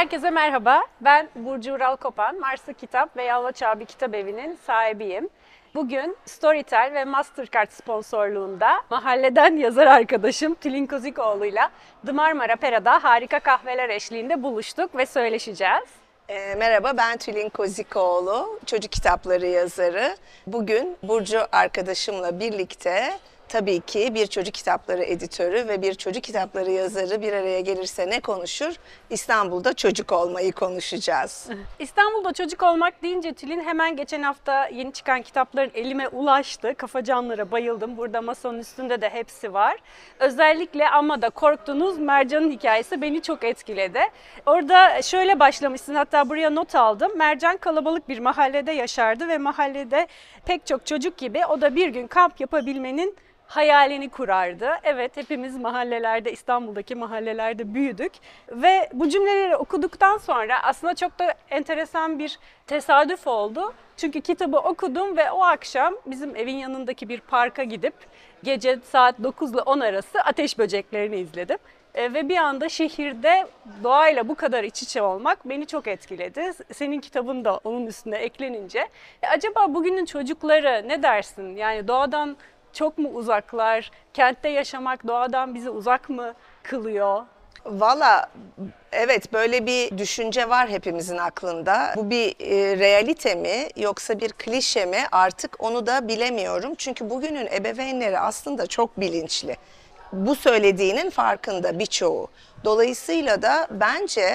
Herkese merhaba. Ben Burcu Ural Kopan, Marslı Kitap ve Yalvaç Abi Kitap Evi'nin sahibiyim. Bugün Storytel ve Mastercard sponsorluğunda mahalleden yazar arkadaşım Tülin Kozikoğlu'yla The Marmara Pera'da harika kahveler eşliğinde buluştuk ve söyleşeceğiz. Merhaba, ben Tülin Kozikoğlu, çocuk kitapları yazarı. Bugün Burcu arkadaşımla birlikte tabii ki bir çocuk kitapları editörü ve bir çocuk kitapları yazarı bir araya gelirse ne konuşur? İstanbul'da çocuk olmayı konuşacağız. İstanbul'da çocuk olmak deyince Tülin hemen geçen hafta yeni çıkan kitapların elime ulaştı. Kafacanlara bayıldım. Burada masanın üstünde de hepsi var. Özellikle Amma da Korktunuz Mercan'ın hikayesi beni çok etkiledi. Orada şöyle başlamışsın, hatta buraya not aldım. Mercan kalabalık bir mahallede yaşardı ve mahallede pek çok çocuk gibi o da bir gün kamp yapabilmenin hayalini kurardı. Evet, hepimiz mahallelerde, İstanbul'daki mahallelerde büyüdük ve bu cümleleri okuduktan sonra aslında çok da enteresan bir tesadüf oldu. Çünkü kitabı okudum ve o akşam bizim evin yanındaki bir parka gidip gece saat 9 ile 10 arası ateş böceklerini izledim. Ve bir anda şehirde doğayla bu kadar iç içe olmak beni çok etkiledi. Senin kitabın da onun üstüne eklenince. Acaba bugünün çocukları ne dersin? Yani doğadan çok mu uzaklar? Kentte yaşamak doğadan bizi uzak mı kılıyor? Valla evet, böyle bir düşünce var hepimizin aklında. Bu bir realite mi yoksa bir klişe mi, artık onu da bilemiyorum. Çünkü bugünün ebeveynleri aslında çok bilinçli. Bu söylediğinin farkında birçoğu. Dolayısıyla da bence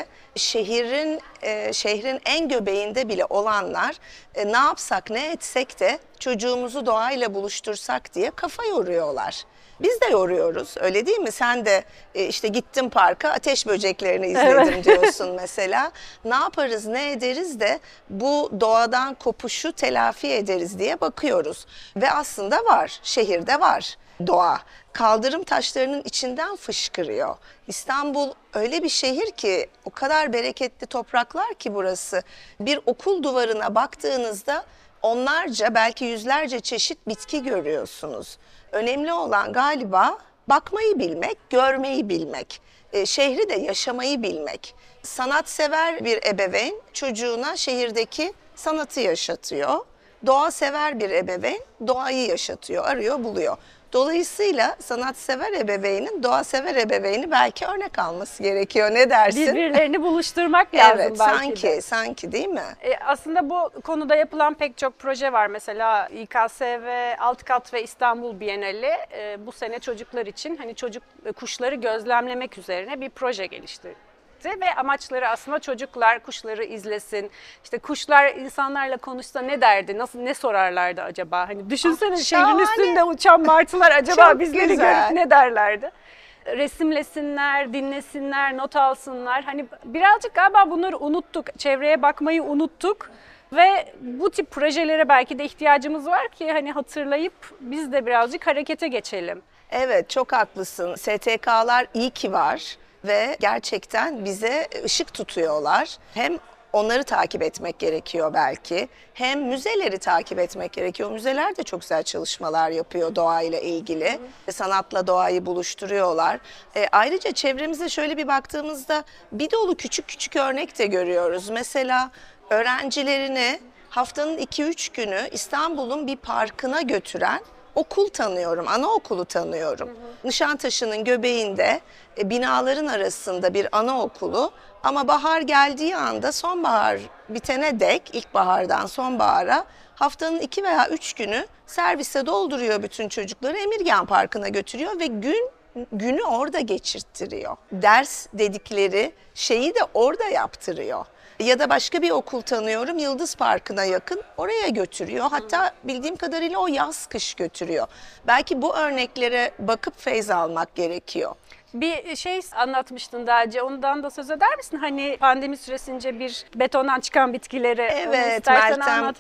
şehrin en göbeğinde bile olanlar ne yapsak ne etsek de çocuğumuzu doğayla buluştursak diye kafa yoruyorlar. Biz de yoruyoruz, öyle değil mi? Sen de işte gittim parka, ateş böceklerini izledim Evet. diyorsun mesela. Ne yaparız, ne ederiz de bu doğadan kopuşu telafi ederiz diye bakıyoruz. Ve aslında var, şehirde var doğa. Kaldırım taşlarının içinden fışkırıyor. İstanbul öyle bir şehir ki, o kadar bereketli topraklar ki burası. Bir okul duvarına baktığınızda onlarca, belki yüzlerce çeşit bitki görüyorsunuz. Önemli olan galiba bakmayı bilmek, görmeyi bilmek, şehri de yaşamayı bilmek. Sanatsever bir ebeveyn çocuğuna şehirdeki sanatı yaşatıyor. Doğa sever bir ebeveyn doğayı yaşatıyor, arıyor, buluyor. Dolayısıyla sanatsever ebeveynin doğa-sever ebeveyni belki örnek alması gerekiyor. Ne dersin? Birbirlerini buluşturmak lazım Evet, belki de. sanki değil mi? Aslında bu konuda yapılan pek çok proje var. Mesela İKSV, Alt Kat ve İstanbul Bienali bu sene çocuklar için hani kuşları gözlemlemek üzerine bir proje geliştirdi. Ve amaçları aslında çocuklar kuşları izlesin. İşte kuşlar insanlarla konuşsa ne derdi, ne sorarlardı acaba? Hani düşünsene şehrin şahane. üstünde uçan martılar acaba Çok bizleri güzel. görüp ne derlerdi? Resimlesinler, dinlesinler, not alsınlar. Hani birazcık galiba bunları unuttuk, çevreye bakmayı unuttuk. Ve bu tip projelere belki de ihtiyacımız var ki hani hatırlayıp biz de birazcık harekete geçelim. Evet, çok haklısın. STK'lar iyi ki var ve gerçekten bize ışık tutuyorlar. Hem onları takip etmek gerekiyor belki, hem müzeleri takip etmek gerekiyor. Müzeler de çok güzel çalışmalar yapıyor doğayla ilgili. Sanatla doğayı buluşturuyorlar. Ayrıca çevremize şöyle bir baktığımızda bir dolu küçük küçük örnek de görüyoruz. Mesela öğrencilerini haftanın 2-3 günü İstanbul'un bir parkına götüren okul tanıyorum, anaokulu tanıyorum. Nişantaşı'nın göbeğinde binaların arasında bir anaokulu, ama bahar geldiği anda, sonbahar bitene dek, ilkbahardan sonbahara haftanın 2 veya 3 günü servise dolduruyor, bütün çocukları Emirgan Parkı'na götürüyor ve günü orada geçirttiriyor. Ders dedikleri şeyi de orada yaptırıyor. Ya da başka bir okul tanıyorum, Yıldız Parkı'na yakın, oraya götürüyor. Hatta bildiğim kadarıyla o yaz kış götürüyor. Belki bu örneklere bakıp feyz almak gerekiyor. Bir şey anlatmıştın daha önce, ondan da söz eder misin? Hani pandemi süresince bir betondan çıkan bitkileri, onu Evet, istersen Meltem. anlat.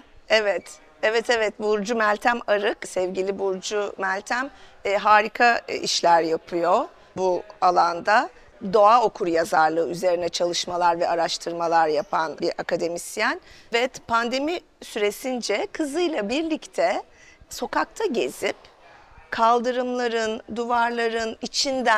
Evet, Burcu Meltem Arık, sevgili Burcu Meltem harika işler yapıyor bu alanda. Doğa okuryazarlığı üzerine çalışmalar ve araştırmalar yapan bir akademisyen. Ve pandemi süresince kızıyla birlikte sokakta gezip kaldırımların, duvarların içinden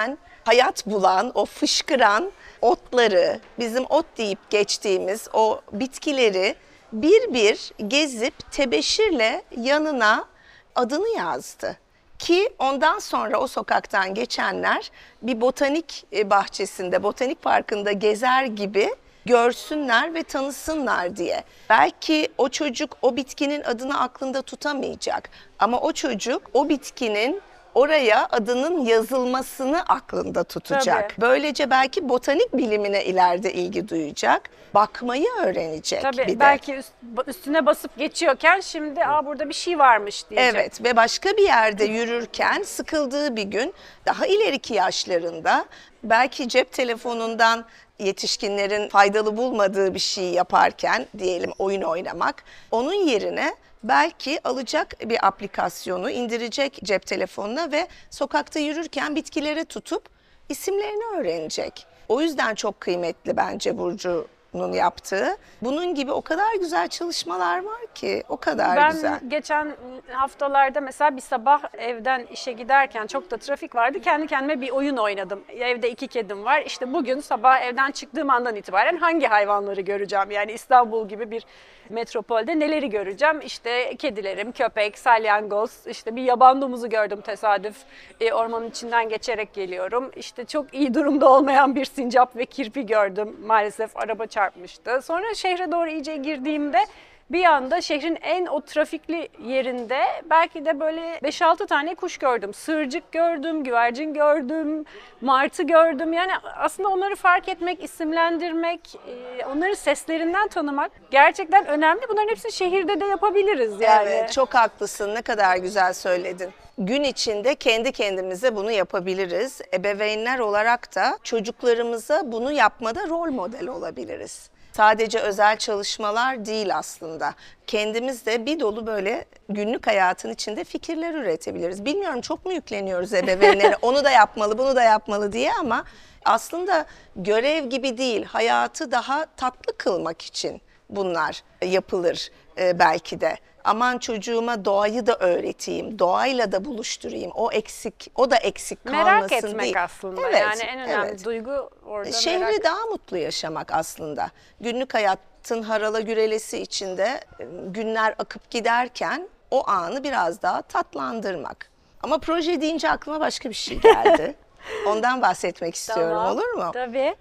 hayat bulan, o fışkıran otları, bizim ot deyip geçtiğimiz o bitkileri bir bir gezip tebeşirle yanına adını yazdı. Ki ondan sonra o sokaktan geçenler bir botanik bahçesinde, botanik parkında gezer gibi görsünler ve tanısınlar diye. Belki o çocuk o bitkinin adını aklında tutamayacak ama o çocuk o bitkinin oraya adının yazılmasını aklında tutacak. Tabii. Böylece belki botanik bilimine ileride ilgi duyacak, bakmayı öğrenecek Tabii bir de. belki üstüne basıp geçiyorken şimdi burada bir şey varmış diyecek. Evet ve başka bir yerde yürürken sıkıldığı bir gün daha ileriki yaşlarında belki cep telefonundan yetişkinlerin faydalı bulmadığı bir şey yaparken, diyelim oyun oynamak, onun yerine belki alacak bir aplikasyonu indirecek cep telefonuna ve sokakta yürürken bitkileri tutup isimlerini öğrenecek. O yüzden çok kıymetli bence Burcu'nun yaptığı. Bunun gibi o kadar güzel çalışmalar var ki, o kadar güzel. Ben geçen haftalarda mesela bir sabah evden işe giderken çok da trafik vardı. Kendi kendime bir oyun oynadım. Evde 2 kedim var. İşte bugün sabah evden çıktığım andan itibaren hangi hayvanları göreceğim? Yani İstanbul gibi bir metropolde neleri göreceğim? İşte kedilerim, köpek, salyangoz, işte bir yaban domuzu gördüm tesadüf. Ormanın içinden geçerek geliyorum. İşte çok iyi durumda olmayan bir sincap ve kirpi gördüm. Maalesef araba çarpmıştı. Sonra şehre doğru iyice girdiğimde bir anda şehrin en o trafikli yerinde belki de böyle 5-6 tane kuş gördüm. Sığırcık gördüm, güvercin gördüm, martı gördüm. Yani aslında onları fark etmek, isimlendirmek, onları seslerinden tanımak gerçekten önemli. Bunların hepsini şehirde de yapabiliriz yani. Evet, çok haklısın. Ne kadar güzel söyledin. Gün içinde kendi kendimize bunu yapabiliriz. Ebeveynler olarak da çocuklarımıza bunu yapmada rol model olabiliriz. Sadece özel çalışmalar değil aslında. Kendimiz de bir dolu böyle günlük hayatın içinde fikirler üretebiliriz. Bilmiyorum, çok mu yükleniyoruz ebeveynlere onu da yapmalı, bunu da yapmalı diye, ama aslında görev gibi değil, hayatı daha tatlı kılmak için bunlar yapılır belki de. Aman çocuğuma doğayı da öğreteyim, doğayla da buluşturayım, o da eksik kalmasın Merak etmek değil. aslında, Evet, yani en önemli evet. duygu orada Şehri merak. daha mutlu yaşamak aslında. Günlük hayatın harala gürelesi içinde günler akıp giderken o anı biraz daha tatlandırmak. Ama proje deyince aklıma başka bir şey geldi. Ondan bahsetmek istiyorum, Tamam, olur mu? tabii.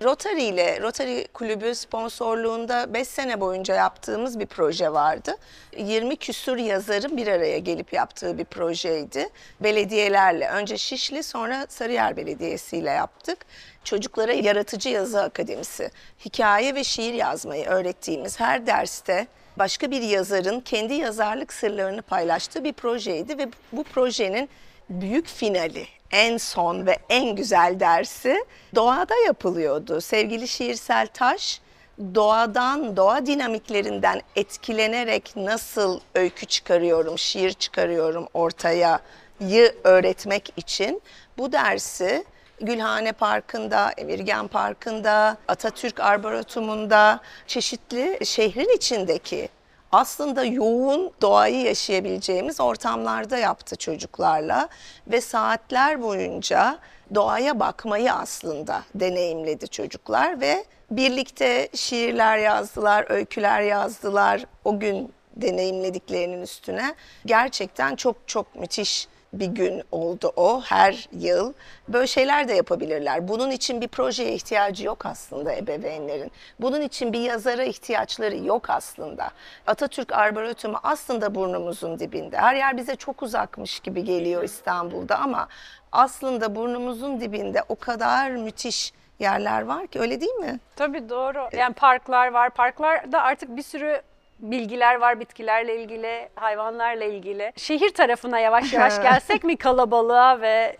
Rotary Kulübü sponsorluğunda 5 sene boyunca yaptığımız bir proje vardı. 20 küsur yazarın bir araya gelip yaptığı bir projeydi. Belediyelerle, önce Şişli, sonra Sarıyer Belediyesi ile yaptık. Çocuklara Yaratıcı Yazı Akademisi, hikaye ve şiir yazmayı öğrettiğimiz her derste başka bir yazarın kendi yazarlık sırlarını paylaştığı bir projeydi ve bu projenin büyük finali, en son ve en güzel dersi doğada yapılıyordu. Sevgili Şiirsel Taş, doğadan, doğa dinamiklerinden etkilenerek nasıl öykü çıkarıyorum, şiir çıkarıyorum ortaya'yı öğretmek için bu dersi Gülhane Parkı'nda, Emirgan Parkı'nda, Atatürk Arboretum'unda, çeşitli şehrin içindeki aslında yoğun doğayı yaşayabileceğimiz ortamlarda yaptı çocuklarla ve saatler boyunca doğaya bakmayı aslında deneyimledi çocuklar ve birlikte şiirler yazdılar, öyküler yazdılar o gün deneyimlediklerinin üstüne. Gerçekten çok çok müthiş bir gün oldu o, her yıl. Böyle şeyler de yapabilirler. Bunun için bir projeye ihtiyacı yok aslında ebeveynlerin. Bunun için bir yazara ihtiyaçları yok aslında. Atatürk Arboretumu aslında burnumuzun dibinde. Her yer bize çok uzakmış gibi geliyor İstanbul'da ama aslında burnumuzun dibinde o kadar müthiş yerler var ki, öyle değil mi? Tabii doğru. Yani parklar var. Parklarda artık bir sürü bilgiler var bitkilerle ilgili, hayvanlarla ilgili. Şehir tarafına yavaş yavaş gelsek mi kalabalığa ve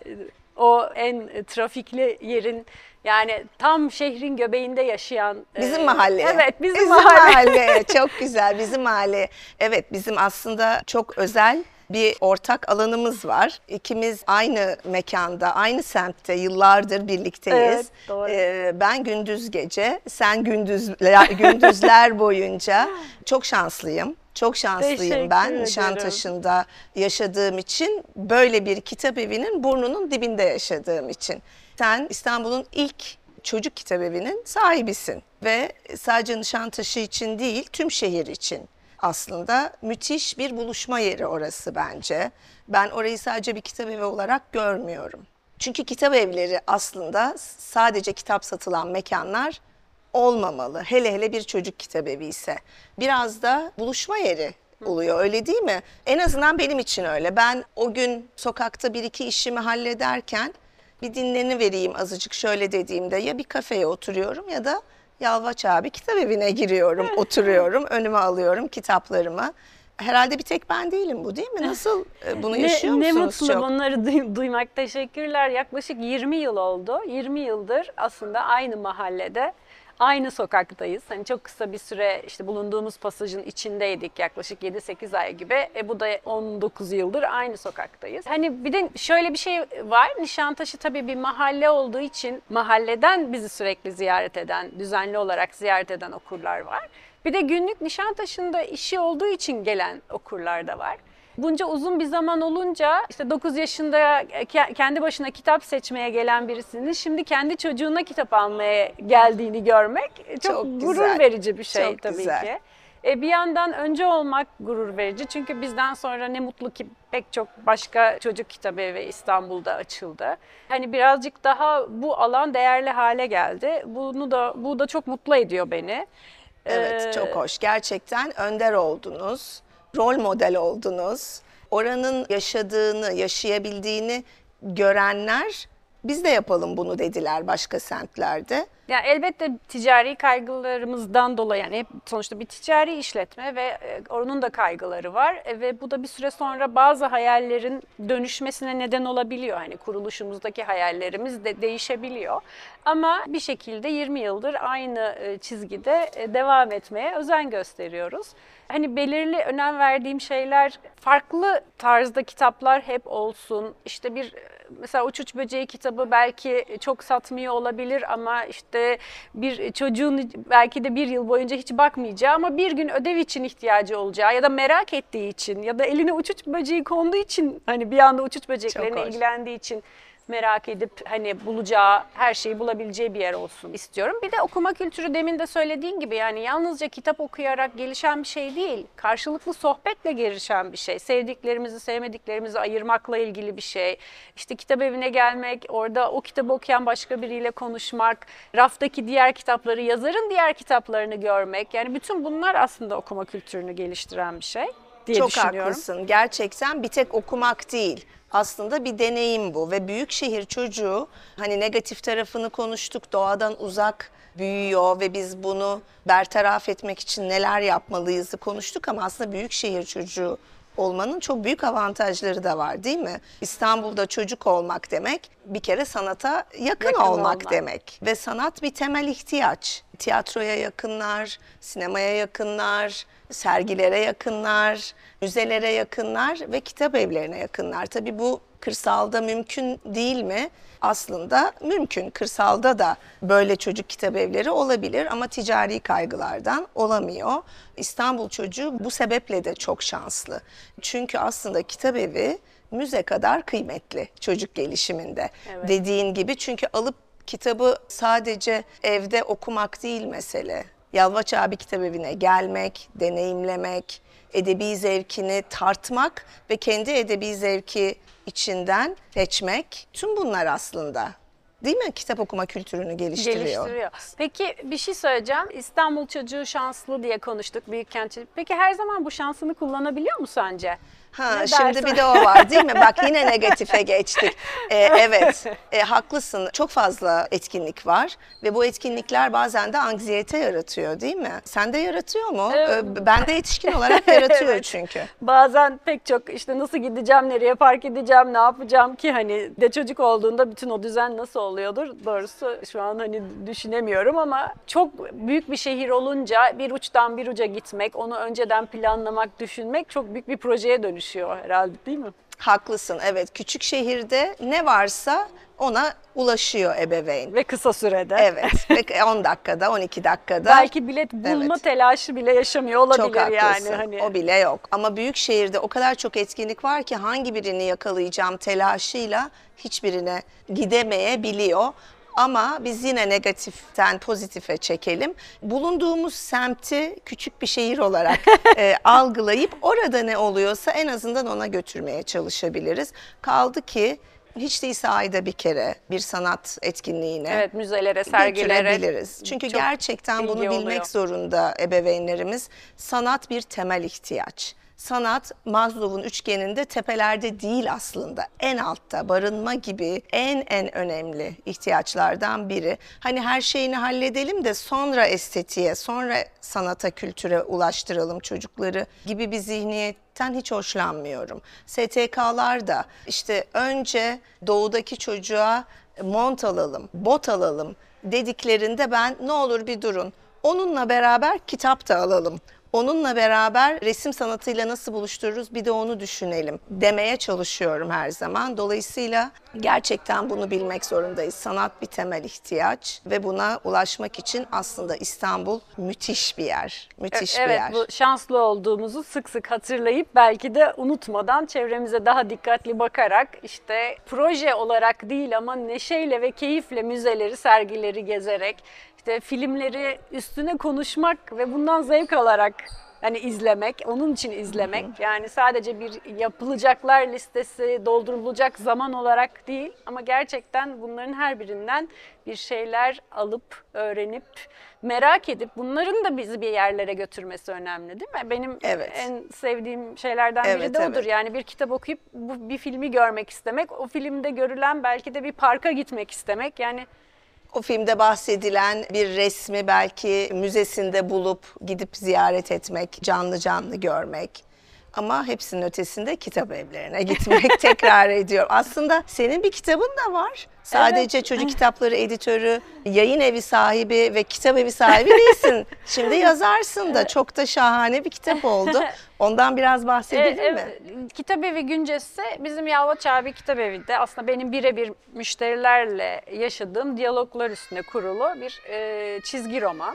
o en trafikli yerin, yani tam şehrin göbeğinde yaşayan. Bizim mahalle. Evet, bizim mahalle. Çok güzel, bizim mahalle. Evet, bizim aslında çok özel bir ortak alanımız var. İkimiz aynı mekanda, aynı semtte yıllardır birlikteyiz. Evet, doğru. Ben gündüz gece, sen gündüzler boyunca çok şanslıyım. Çok şanslıyım Teşekkür ben ederim. Nişantaşı'nda yaşadığım için, böyle bir kitap evinin burnunun dibinde yaşadığım için. Sen İstanbul'un ilk çocuk kitabevinin sahibisin ve sadece Nişantaşı için değil, tüm şehir için aslında müthiş bir buluşma yeri orası bence. Ben orayı sadece bir kitabevi olarak görmüyorum. Çünkü kitabevleri aslında sadece kitap satılan mekanlar olmamalı. Hele hele bir çocuk kitabevi ise. Biraz da buluşma yeri oluyor, öyle değil mi? En azından benim için öyle. Ben o gün sokakta bir iki işimi hallederken bir dinlenivereyim azıcık şöyle dediğimde ya bir kafeye oturuyorum ya da Yalvaç abi kitabevine giriyorum, oturuyorum, önüme alıyorum kitaplarımı. Herhalde bir tek ben değilim bu, değil mi? Nasıl bunu yaşıyor Ne musunuz mutlu çok? bunları duymak. Teşekkürler. Yaklaşık 20 yıl oldu. 20 yıldır aslında aynı mahallede, aynı sokaktayız. Hani çok kısa bir süre işte bulunduğumuz pasajın içindeydik, yaklaşık 7-8 ay gibi. Bu da 19 yıldır aynı sokaktayız. Hani bir de şöyle bir şey var. Nişantaşı tabii bir mahalle olduğu için mahalleden bizi sürekli ziyaret eden, düzenli olarak ziyaret eden okurlar var. Bir de günlük Nişantaşı'nda işi olduğu için gelen okurlar da var. Bunca uzun bir zaman olunca işte 9 yaşında kendi başına kitap seçmeye gelen birisinin şimdi kendi çocuğuna kitap almaya geldiğini görmek çok gurur güzel. verici bir şey Çok tabii güzel. ki. Bir yandan önce olmak gurur verici çünkü bizden sonra ne mutlu ki pek çok başka çocuk kitabevi İstanbul'da açıldı. Hani birazcık daha bu alan değerli hale geldi. Bu da çok mutlu ediyor beni. Evet, çok hoş. Gerçekten önder oldunuz, rol model oldunuz. Oranın yaşadığını, yaşayabildiğini görenler biz de yapalım bunu dediler başka semtlerde. Ya elbette ticari kaygılarımızdan dolayı yani hep sonuçta bir ticari işletme ve onun da kaygıları var ve bu da bir süre sonra bazı hayallerin dönüşmesine neden olabiliyor. Hani kuruluşumuzdaki hayallerimiz de değişebiliyor. Ama bir şekilde 20 yıldır aynı çizgide devam etmeye özen gösteriyoruz. Hani belirli önem verdiğim şeyler farklı tarzda kitaplar hep olsun. İşte mesela Uç Böceği kitabı belki çok satmıyor olabilir ama işte bir çocuğun belki de bir yıl boyunca hiç bakmayacağı ama bir gün ödev için ihtiyacı olacağı ya da merak ettiği için ya da eline uçuç böceği konduğu için hani bir anda uçuç böceklerine ilgilendiği için merak edip hani bulacağı, her şeyi bulabileceği bir yer olsun istiyorum. Bir de okuma kültürü demin de söylediğin gibi yani yalnızca kitap okuyarak gelişen bir şey değil. Karşılıklı sohbetle gelişen bir şey. Sevdiklerimizi, sevmediklerimizi ayırmakla ilgili bir şey. İşte kitap evine gelmek, orada o kitabı okuyan başka biriyle konuşmak, raftaki diğer kitapları, yazarın diğer kitaplarını görmek. Yani bütün bunlar aslında okuma kültürünü geliştiren bir şey diye Çok düşünüyorum. haklısın. Gerçekten bir tek okumak değil. Aslında bir deneyim bu ve büyük şehir çocuğu hani negatif tarafını konuştuk, doğadan uzak büyüyor ve biz bunu bertaraf etmek için neler yapmalıyızı konuştuk ama aslında büyük şehir çocuğu olmanın çok büyük avantajları da var, değil mi? İstanbul'da çocuk olmak demek bir kere sanata yakın olmak demek ve sanat bir temel ihtiyaç. Tiyatroya yakınlar, sinemaya yakınlar, sergilere yakınlar, müzelere yakınlar ve kitap evlerine yakınlar. Tabii bu kırsalda mümkün değil mi? Aslında mümkün. Kırsalda da böyle çocuk kitap evleri olabilir ama ticari kaygılardan olamıyor. İstanbul çocuğu bu sebeple de çok şanslı. Çünkü aslında kitap evi müze kadar kıymetli çocuk gelişiminde. Evet. Dediğin gibi çünkü alıp kitabı sadece evde okumak değil mesele. Yalvaç abi kitabevine gelmek, deneyimlemek, edebi zevkini tartmak ve kendi edebi zevki içinden seçmek. Tüm bunlar aslında, değil mi? Kitap okuma kültürünü geliştiriyor. Peki bir şey söyleyeceğim. İstanbul çocuğu şanslı diye konuştuk büyükkentçilik. Peki her zaman bu şansını kullanabiliyor mu sence? Ha, şimdi bir de o var değil mi? Bak yine negatife geçtik. Evet, haklısın. Çok fazla etkinlik var ve bu etkinlikler bazen de anksiyete yaratıyor değil mi? Sende yaratıyor mu? Ben de yetişkin olarak yaratıyor Evet. çünkü. Bazen pek çok işte nasıl gideceğim, nereye park edeceğim, ne yapacağım ki hani de çocuk olduğunda bütün o düzen nasıl oluyordur? Doğrusu şu an hani düşünemiyorum ama çok büyük bir şehir olunca bir uçtan bir uca gitmek, onu önceden planlamak, düşünmek çok büyük bir projeye dönüşüyor herhalde değil mi? Haklısın, evet. Küçük şehirde ne varsa ona ulaşıyor ebeveyn. Ve kısa sürede. Evet, ve 10 dakikada, 12 dakikada. Belki bilet bulma Evet. telaşı bile yaşamıyor olabilir Çok haklısın. yani. Hani. O bile yok. Ama büyük şehirde o kadar çok etkinlik var ki hangi birini yakalayacağım telaşıyla hiçbirine gidemeyebiliyor. Ama biz yine negatiften pozitife çekelim. Bulunduğumuz semti küçük bir şehir olarak algılayıp orada ne oluyorsa en azından ona götürmeye çalışabiliriz. Kaldı ki hiç değilse ayda bir kere bir sanat etkinliğine Evet, müzelere, sergilere götürebiliriz. Çünkü çok gerçekten bunu ilgi bilmek oluyor. zorunda ebeveynlerimiz. Sanat bir temel ihtiyaç. Sanat Maslow'un üçgeninde tepelerde değil aslında. En altta barınma gibi en önemli ihtiyaçlardan biri. Hani her şeyini halledelim de sonra estetiğe, sonra sanata, kültüre ulaştıralım çocukları gibi bir zihniyetten hiç hoşlanmıyorum. STK'lar da işte önce doğudaki çocuğa mont alalım, bot alalım dediklerinde ben ne olur bir durun. Onunla beraber kitap da alalım. Onunla beraber resim sanatıyla nasıl buluştururuz bir de onu düşünelim demeye çalışıyorum her zaman. Dolayısıyla gerçekten bunu bilmek zorundayız. Sanat bir temel ihtiyaç ve buna ulaşmak için aslında İstanbul müthiş bir yer. Müthiş bir Evet, yer. bu şanslı olduğumuzu sık sık hatırlayıp belki de unutmadan çevremize daha dikkatli bakarak işte proje olarak değil ama neşeyle ve keyifle müzeleri, sergileri gezerek işte filmleri üstüne konuşmak ve bundan zevk alarak hani izlemek, onun için izlemek. Yani sadece bir yapılacaklar listesi, doldurulacak zaman olarak değil ama gerçekten bunların her birinden bir şeyler alıp, öğrenip, merak edip bunların da bizi bir yerlere götürmesi önemli değil mi? Benim Evet. en sevdiğim şeylerden biri Evet, de odur. evet. Yani bir kitap okuyup bir filmi görmek istemek, o filmde görülen belki de bir parka gitmek istemek. Yani O filmde bahsedilen bir resmi belki müzesinde bulup gidip ziyaret etmek, canlı canlı görmek. Ama hepsinin ötesinde kitap evlerine gitmek tekrar ediyorum. Aslında senin bir kitabın da var. Sadece çocuk kitapları editörü, yayın evi sahibi ve kitap evi sahibi değilsin. Şimdi yazarsın da çok da şahane bir kitap oldu. Ondan biraz bahsedelim mi? Kitap Evi Güncesi bizim Yalvaç abi Kitap Evi de aslında benim birebir müşterilerle yaşadığım diyaloglar üstüne kurulu bir çizgi roman.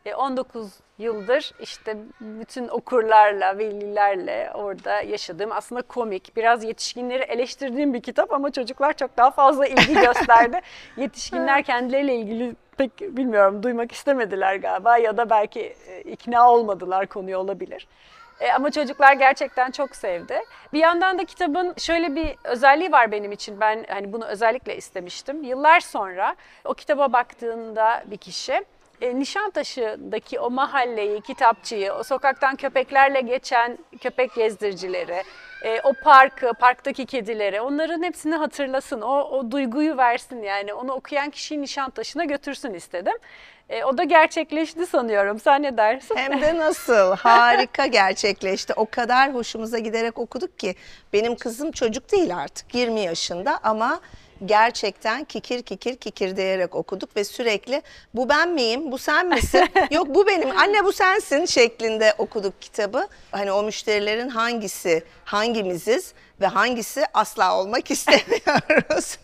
19 yıldır işte bütün okurlarla, velilerle orada yaşadığım aslında komik, biraz yetişkinleri eleştirdiğim bir kitap ama çocuklar çok daha fazla ilgi gösterdi. Yetişkinler kendileriyle ilgili pek bilmiyorum duymak istemediler galiba ya da belki ikna olmadılar konuya olabilir. Ama çocuklar gerçekten çok sevdi. Bir yandan da kitabın şöyle bir özelliği var benim için. Ben hani bunu özellikle istemiştim. Yıllar sonra o kitaba baktığında bir kişi Nişantaşı'ndaki o mahalleyi, kitapçıyı, o sokaktan köpeklerle geçen köpek gezdiricileri, o parkı, parktaki kedileri, onların hepsini hatırlasın, o duyguyu versin yani. Onu okuyan kişiyi Nişantaşı'na götürsün istedim. O da gerçekleşti sanıyorum. Sen ne dersin? Hem de nasıl? Harika gerçekleşti. O kadar hoşumuza giderek okuduk ki benim kızım çocuk değil artık 20 yaşında ama gerçekten kikir kikir kikirdeyerek okuduk ve sürekli bu ben miyim, bu sen misin, yok bu benim, anne bu sensin şeklinde okuduk kitabı. Hani o müşterilerin hangisi hangimiziz ve hangisi asla olmak istemiyoruz.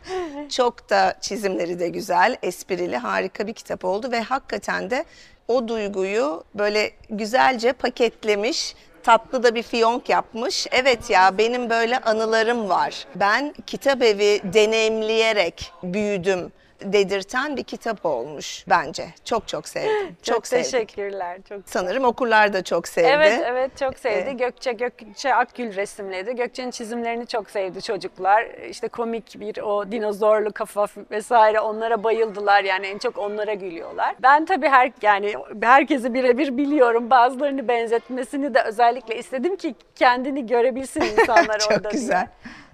Çok da çizimleri de güzel, esprili, harika bir kitap oldu ve hakikaten de o duyguyu böyle güzelce paketlemiş. Tatlı da bir fiyonk yapmış. Evet ya benim böyle anılarım var. Ben kitap evi deneyimleyerek büyüdüm dedirten bir kitap olmuş bence. Çok çok sevdim. Çok sevdik. teşekkürler. Çok Sanırım okurlar da çok sevdi. Evet çok sevdi. Gökçe Akgül resimledi. Gökçe'nin çizimlerini çok sevdi çocuklar. İşte komik bir o dinozorlu kafa vesaire onlara bayıldılar. Yani en çok onlara gülüyorlar. Ben tabii herkesi birebir biliyorum. Bazılarını benzetmesini de özellikle istedim ki kendini görebilsin insanlar Çok orada. güzel.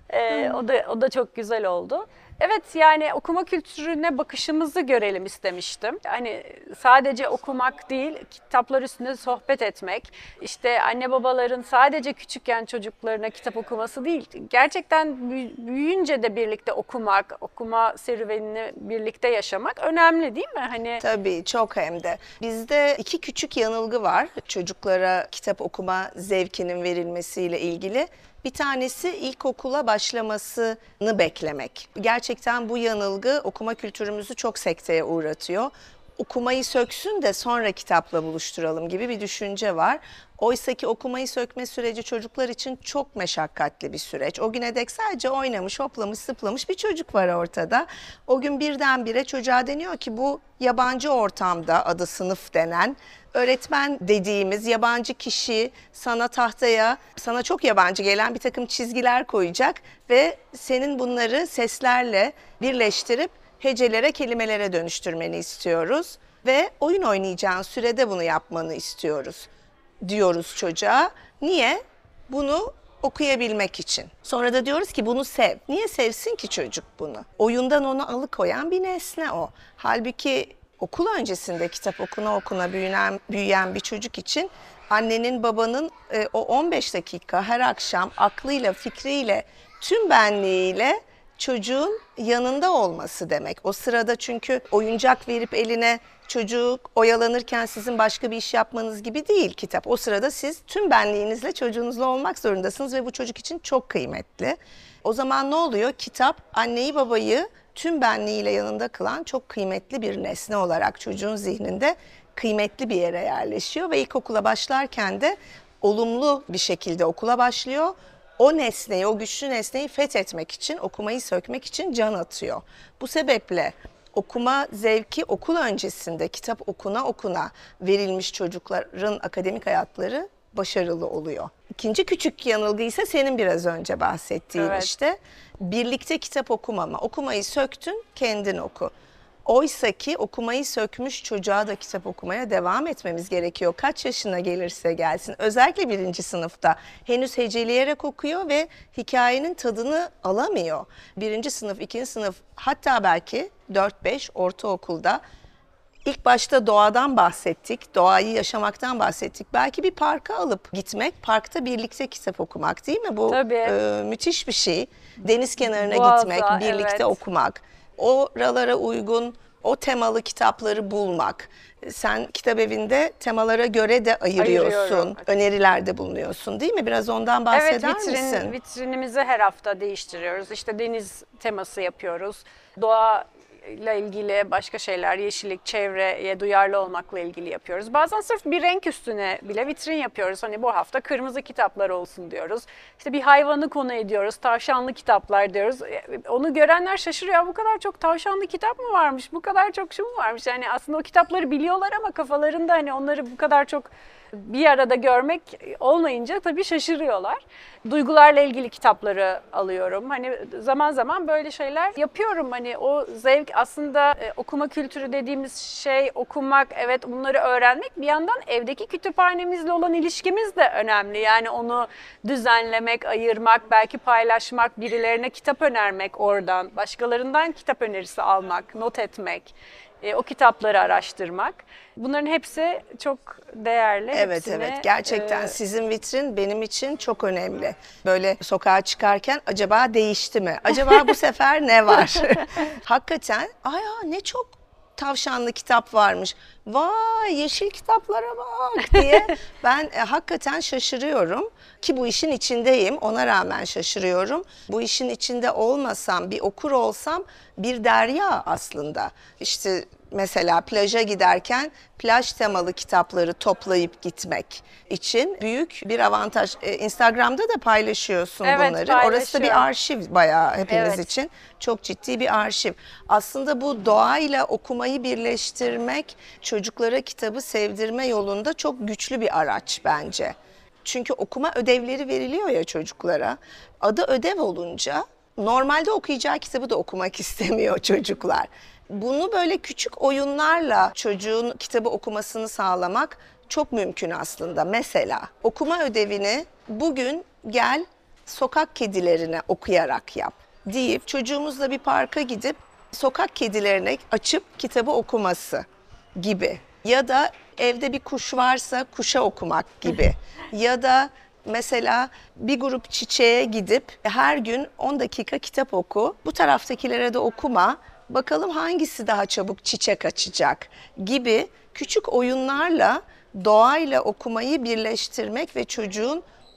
O da çok güzel oldu. Evet yani okuma kültürüne bakışımızı görelim istemiştim. Hani sadece okumak değil, kitaplar üstünde sohbet etmek. İşte anne babaların sadece küçükken çocuklarına kitap okuması değil. Gerçekten büyüyünce de birlikte okumak, okuma serüvenini birlikte yaşamak önemli değil mi? Hani Tabii çok hem de. Bizde iki küçük yanılgı var çocuklara kitap okuma zevkinin verilmesiyle ilgili. Bir tanesi ilkokula başlamasını beklemek. Gerçekten bu yanılgı okuma kültürümüzü çok sekteye uğratıyor. Okumayı söksün de sonra kitapla buluşturalım gibi bir düşünce var. Oysa ki okumayı sökme süreci çocuklar için çok meşakkatli bir süreç. O güne dek sadece oynamış, hoplamış, zıplamış bir çocuk var ortada. O gün birdenbire çocuğa deniyor ki bu yabancı ortamda, adı sınıf denen, öğretmen dediğimiz yabancı kişi sana tahtaya, sana çok yabancı gelen bir takım çizgiler koyacak ve senin bunları seslerle birleştirip hecelere, kelimelere dönüştürmeni istiyoruz ve oyun oynayacağın sürede bunu yapmanı istiyoruz diyoruz çocuğa. Niye? Bunu okuyabilmek için. Sonra da diyoruz ki bunu sev. Niye sevsin ki çocuk bunu? Oyundan onu alıkoyan bir nesne o. Halbuki okul öncesinde kitap okuna büyüyen bir çocuk için annenin babanın o 15 dakika her akşam aklıyla, fikriyle, tüm benliğiyle çocuğun yanında olması demek. O sırada çünkü oyuncak verip eline çocuk oyalanırken sizin başka bir iş yapmanız gibi değil kitap. O sırada siz tüm benliğinizle çocuğunuzla olmak zorundasınız ve bu çocuk için çok kıymetli. O zaman ne oluyor? Kitap anneyi babayı tüm benliğiyle yanında kılan çok kıymetli bir nesne olarak çocuğun zihninde kıymetli bir yere yerleşiyor ve ilkokula başlarken de olumlu bir şekilde okula başlıyor. O nesneyi, o güçlü nesneyi fethetmek için, okumayı sökmek için can atıyor. Bu sebeple okuma zevki okul öncesinde kitap okuna verilmiş çocukların akademik hayatları başarılı oluyor. İkinci küçük yanılgı ise senin biraz önce bahsettiğin işte birlikte kitap okumama. Okumayı söktün, kendin oku. Oysa ki okumayı sökmüş çocuğa da kitap okumaya devam etmemiz gerekiyor. Kaç yaşına gelirse gelsin. Özellikle 1. sınıfta henüz heceleyerek okuyor ve hikayenin tadını alamıyor. 1. sınıf, 2. sınıf hatta belki 4-5 ortaokulda ilk başta doğadan bahsettik, doğayı yaşamaktan bahsettik. Belki bir parka alıp gitmek, parkta birlikte kitap okumak değil mi? Bu müthiş bir şey. Deniz kenarına gitmek, birlikte okumak. Oralara uygun, o temalı kitapları bulmak. Sen kitap evinde temalara göre de ayırıyorsun, önerilerde bulunuyorsun değil mi? Biraz ondan bahseder misin? Vitrinimizi her hafta değiştiriyoruz. İşte deniz teması yapıyoruz. Doğa ile ilgili başka şeyler, yeşillik, çevreye duyarlı olmakla ilgili yapıyoruz. Bazen sırf bir renk üstüne bile vitrin yapıyoruz. Hani bu hafta kırmızı kitaplar olsun diyoruz. İşte bir hayvanı konu ediyoruz, tavşanlı kitaplar diyoruz. Onu görenler şaşırıyor. Bu kadar çok tavşanlı kitap mı varmış? Bu kadar çok şu mu varmış? Yani aslında o kitapları biliyorlar ama kafalarında hani onları bu kadar çok bir arada görmek olmayınca tabii şaşırıyorlar. Duygularla ilgili kitapları alıyorum. Hani zaman zaman böyle şeyler yapıyorum. Hani o zevk aslında okuma kültürü dediğimiz şey okumak, evet bunları öğrenmek. Bir yandan evdeki kütüphanemizle olan ilişkimiz de önemli. Yani onu düzenlemek, ayırmak, belki paylaşmak, birilerine kitap önermek oradan, başkalarından kitap önerisi almak, not etmek. O kitapları araştırmak. Bunların hepsi çok değerli. Evet gerçekten sizin vitrin benim için çok önemli. Böyle sokağa çıkarken acaba değişti mi? Acaba bu sefer ne var? Hakikaten ne çok tavşanlı kitap varmış. Vay yeşil kitaplara bak diye ben hakikaten şaşırıyorum ki bu işin içindeyim. Ona rağmen şaşırıyorum. Bu işin içinde olmasam, bir okur olsam bir derya aslında. İşte mesela plaja giderken plaj temalı kitapları toplayıp gitmek için büyük bir avantaj. Instagram'da da paylaşıyorsun bunları. Orası da bir arşiv bayağı hepimiz için. Çok ciddi bir arşiv. Aslında bu doğayla okumayı birleştirmek çocuklara kitabı sevdirme yolunda çok güçlü bir araç bence. Çünkü okuma ödevleri veriliyor ya çocuklara. Adı ödev olunca normalde okuyacağı kitabı da okumak istemiyor çocuklar. Bunu böyle küçük oyunlarla çocuğun kitabı okumasını sağlamak çok mümkün aslında. Mesela okuma ödevini bugün gel sokak kedilerine okuyarak yap deyip çocuğumuzla bir parka gidip sokak kedilerine açıp kitabı okuması gibi. Ya da evde bir kuş varsa kuşa okumak gibi. Ya da mesela bir grup çiçeğe gidip her gün 10 dakika kitap oku, bu taraftakilere de okuma, bakalım hangisi daha çabuk çiçek açacak gibi küçük oyunlarla doğayla okumayı birleştirmek ve çocuğun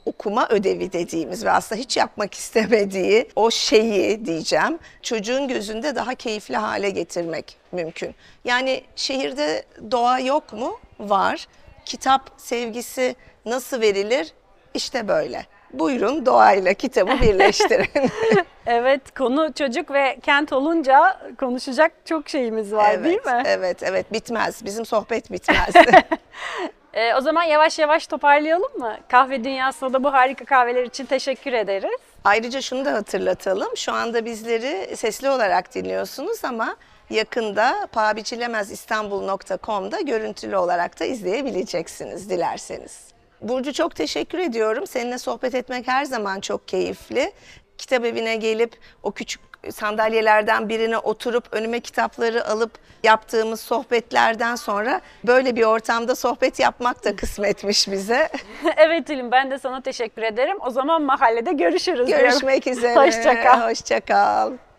okuma ödevi dediğimiz ve aslında hiç yapmak istemediği o şeyi diyeceğim, çocuğun gözünde daha keyifli hale getirmek mümkün. Yani şehirde doğa yok mu? Var. Kitap sevgisi nasıl verilir? İşte böyle. Buyurun doğayla kitabı birleştirin. Evet, konu çocuk ve kent olunca konuşacak çok şeyimiz var, değil mi? Evet, bitmez. Bizim sohbet bitmez. O zaman yavaş yavaş toparlayalım mı? Kahve Dünyası'na da bu harika kahveler için teşekkür ederiz. Ayrıca şunu da hatırlatalım. Şu anda bizleri sesli olarak dinliyorsunuz ama yakında pabicilemezistanbul.com'da görüntülü olarak da izleyebileceksiniz dilerseniz. Burcu, çok teşekkür ediyorum. Seninle sohbet etmek her zaman çok keyifli. Kitap evine gelip o küçük sandalyelerden birine oturup önüme kitapları alıp yaptığımız sohbetlerden sonra böyle bir ortamda sohbet yapmak da kısmetmiş bize. Evet Tülin, ben de sana teşekkür ederim. O zaman mahallede görüşürüz. Görüşmek üzere. Hoşça kal. Hoşça kal.